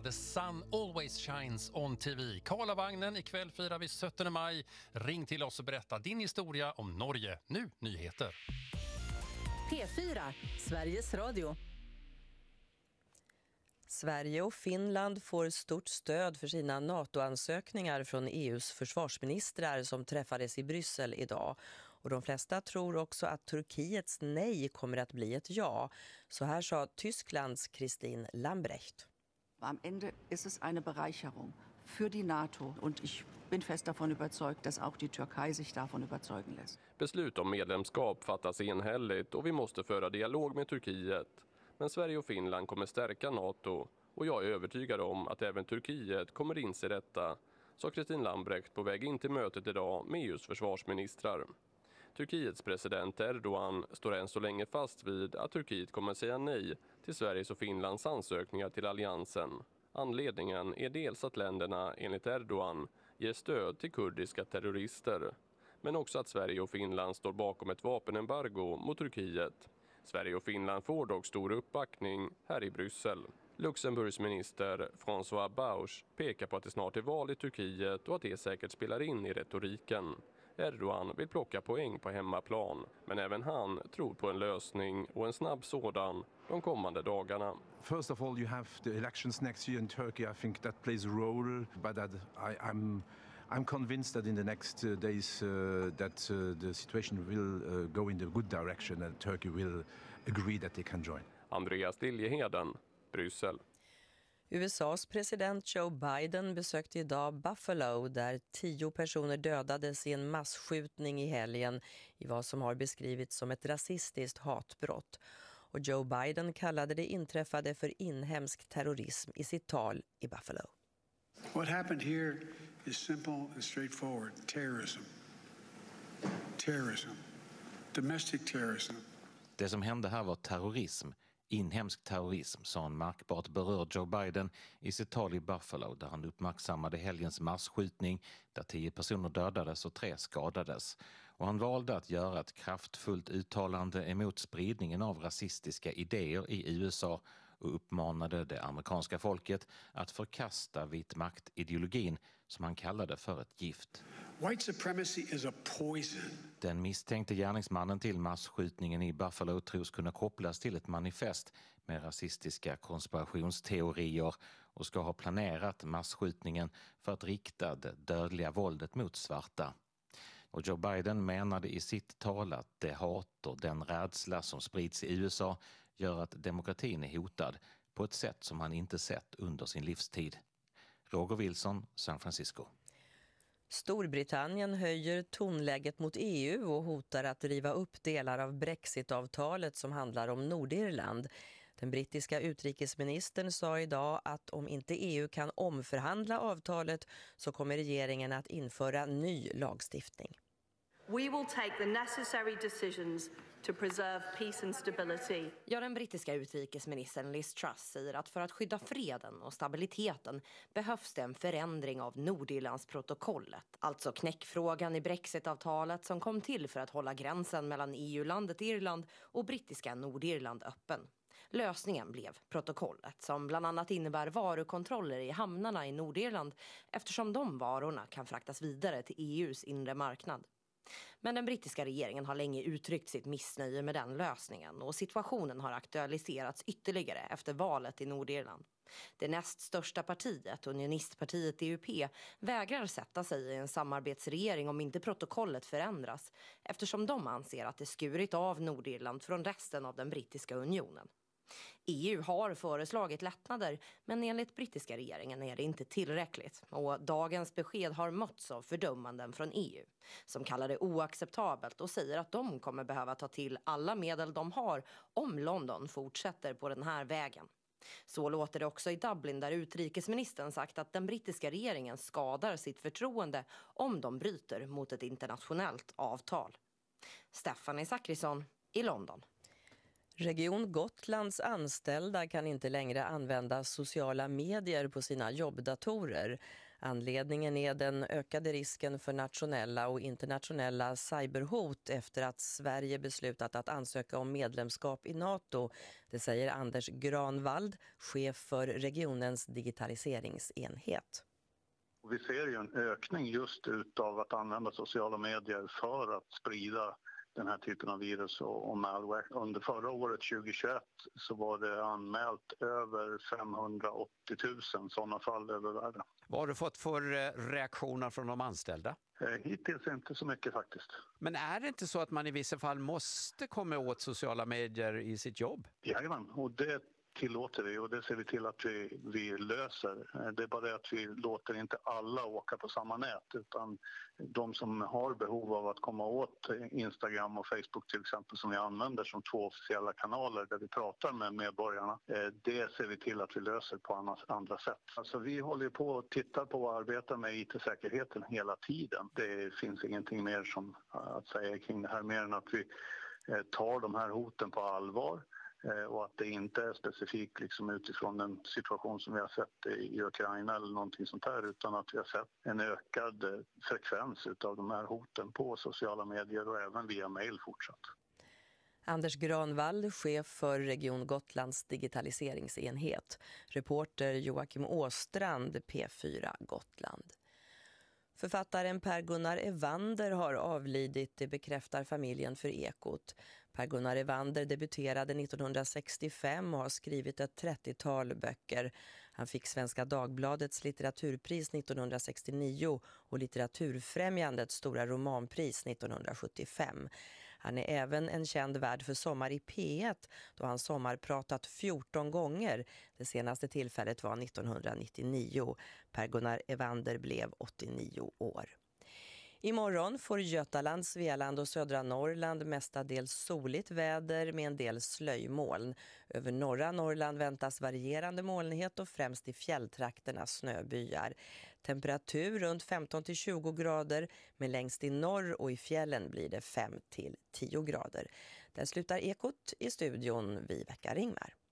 The sun always shines on TV. Karlavagnen, ikväll firar vi 17 maj. Ring till oss och berätta din historia om Norge. Nu nyheter. P4, Sveriges Radio. Sverige och Finland får stort stöd för sina NATO-ansökningar från EUs försvarsministrar som träffades i Bryssel idag. Och de flesta tror också att Turkiets nej kommer att bli ett ja. Så här sa Tysklands Christine Lambrecht. Am Ende ist es eine Bereicherung für die NATO und ich bin fest davon überzeugt, dass auch die Türkei sich davon überzeugen lässt. Beslut om medlemskap fattas enhälligt och vi måste föra dialog med Turkiet. Men Sverige och Finland kommer stärka NATO och jag är övertygad om att även Turkiet kommer inse detta, sa Christine Lambrecht på väg in till mötet idag med EUs försvarsministrar. Turkiets president Erdogan står än så länge fast vid att Turkiet kommer säga nej till Sveriges och Finlands ansökningar till alliansen. Anledningen är dels att länderna enligt Erdogan ger stöd till kurdiska terrorister, men också att Sverige och Finland står bakom ett vapenembargo mot Turkiet. Sverige och Finland får dock stor uppbackning här i Bryssel. Luxemburgs minister François Bausch pekar på att det snart är val i Turkiet och att det säkert spelar in i retoriken. Erdogan vill plocka poäng på hemmaplan, men även han tror på en lösning och en snabb sådan de kommande dagarna. First of all, you have the elections next year in Turkey. I think that plays a role, but I'm convinced that in the next days the situation will go in the good direction and Turkey will agree that they can join. Andreas Liljeheden, Bryssel. USAs president Joe Biden besökte idag Buffalo där 10 personer dödades i en massskjutning i helgen i vad som har beskrivits som ett rasistiskt hatbrott. Och Joe Biden kallade det inträffade för inhemsk terrorism i sitt tal i Buffalo. What happened here is simple and straightforward. Terrorism. Terrorism. Domestic terrorism. Det som hände här var terrorism. Inhemsk terrorism, sa han märkbart berörd Joe Biden i sitt tal i Buffalo där han uppmärksammade helgens massskjutning där 10 personer dödades och 3 skadades. Och han valde att göra ett kraftfullt uttalande emot spridningen av rasistiska idéer i USA och uppmanade det amerikanska folket att förkasta vitmaktideologin som han kallade för ett gift. White supremacy is a poison. Den misstänkte gärningsmannen till massskjutningen i Buffalo tros kunna kopplas till ett manifest med rasistiska konspirationsteorier och ska ha planerat massskjutningen för att rikta det dödliga våldet mot svarta. Och Joe Biden menade i sitt tal att det hat och den rädsla som sprids i USA gör att demokratin är hotad på ett sätt som han inte sett under sin livstid. Roger Wilson, San Francisco. Storbritannien höjer tonläget mot EU och hotar att riva upp delar av Brexit-avtalet som handlar om Nordirland. Den brittiska utrikesministern sa idag att om inte EU kan omförhandla avtalet så kommer regeringen att införa ny lagstiftning. We will take the necessary decisions to preserve peace and stability. Ja, den brittiska utrikesministern Liz Truss säger att för att skydda freden och stabiliteten behövs det en förändring av Nordirlandsprotokollet. Alltså knäckfrågan i Brexit-avtalet som kom till för att hålla gränsen mellan EU-landet Irland och brittiska Nordirland öppen. Lösningen blev protokollet som bland annat innebär varukontroller i hamnarna i Nordirland eftersom de varorna kan fraktas vidare till EUs inre marknad. Men den brittiska regeringen har länge uttryckt sitt missnöje med den lösningen och situationen har aktualiserats ytterligare efter valet i Nordirland. Det näst största partiet, unionistpartiet DUP, vägrar sätta sig i en samarbetsregering om inte protokollet förändras eftersom de anser att det skurit av Nordirland från resten av den brittiska unionen. EU har föreslagit lättnader, men enligt brittiska regeringen är det inte tillräckligt och dagens besked har mötts av fördömanden från EU som kallar det oacceptabelt och säger att de kommer behöva ta till alla medel de har om London fortsätter på den här vägen. Så låter det också i Dublin där utrikesministern sagt att den brittiska regeringen skadar sitt förtroende om de bryter mot ett internationellt avtal. Stephanie Zachrisson i London. Region Gotlands anställda kan inte längre använda sociala medier på sina jobbdatorer. Anledningen är den ökade risken för nationella och internationella cyberhot efter att Sverige beslutat att ansöka om medlemskap i NATO. Det säger Anders Granvald, chef för regionens digitaliseringsenhet. Vi ser ju en ökning just utav att använda sociala medier för att sprida den här typen av virus och malware. Under förra året 2021 så var det anmält över 580 000 sådana fall över världen. Vad har du fått för reaktioner från de anställda? Hittills inte så mycket faktiskt. Men är det inte så att man i vissa fall måste komma åt sociala medier i sitt jobb? Jajamän, och det tillåter vi och det ser vi till att vi löser. Det är bara det att vi låter inte alla åka på samma nät, utan de som har behov av att komma åt Instagram och Facebook till exempel, som vi använder som 2 officiella kanaler där vi pratar med medborgarna, det ser vi till att vi löser på andra sätt. Alltså vi håller på och tittar på och arbetar med IT-säkerheten hela tiden. Det finns ingenting mer som att säga kring det här, mer än att vi tar de här hoten på allvar. Och att det inte är specifikt liksom utifrån den situation som vi har sett i Ukraina eller någonting sånt här, utan att vi har sett en ökad frekvens av de här hoten på sociala medier och även via mejl fortsatt. Anders Granvald, chef för Region Gotlands digitaliseringsenhet. Reporter Joakim Åstrand, P4 Gotland. Författaren Per-Gunnar Evander har avlidit, det bekräftar familjen för Ekot. Per-Gunnar Evander debuterade 1965 och har skrivit ett 30-tal böcker. Han fick Svenska Dagbladets litteraturpris 1969 och Litteraturfrämjandets stora romanpris 1975. Han är även en känd värd för Sommar i P1 då han sommarpratat 14 gånger. Det senaste tillfället var 1999. Per-Gunnar Evander blev 89 år. Imorgon får Götaland, Svealand och södra Norrland mestadels soligt väder med en del slöjmoln. Över norra Norrland väntas varierande molnighet och främst i fjälltrakterna snöbyar. Temperatur runt 15-20 grader, men längst i norr och i fjällen blir det 5-10 grader. Där slutar Ekot, i studion Viveka Ringmar.